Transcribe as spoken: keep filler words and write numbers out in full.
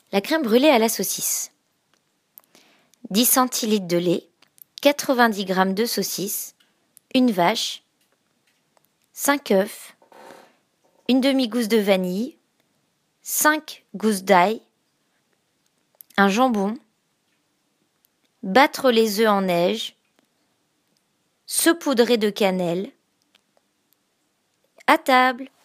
La crème brûlée à la saucisse. dix centilitres de lait, quatre-vingt-dix grammes de saucisse, une vache, cinq œufs, une demi-gousse de vanille, cinq gousses d'ail, un jambon, battre les œufs en neige, saupoudrer de cannelle. À table!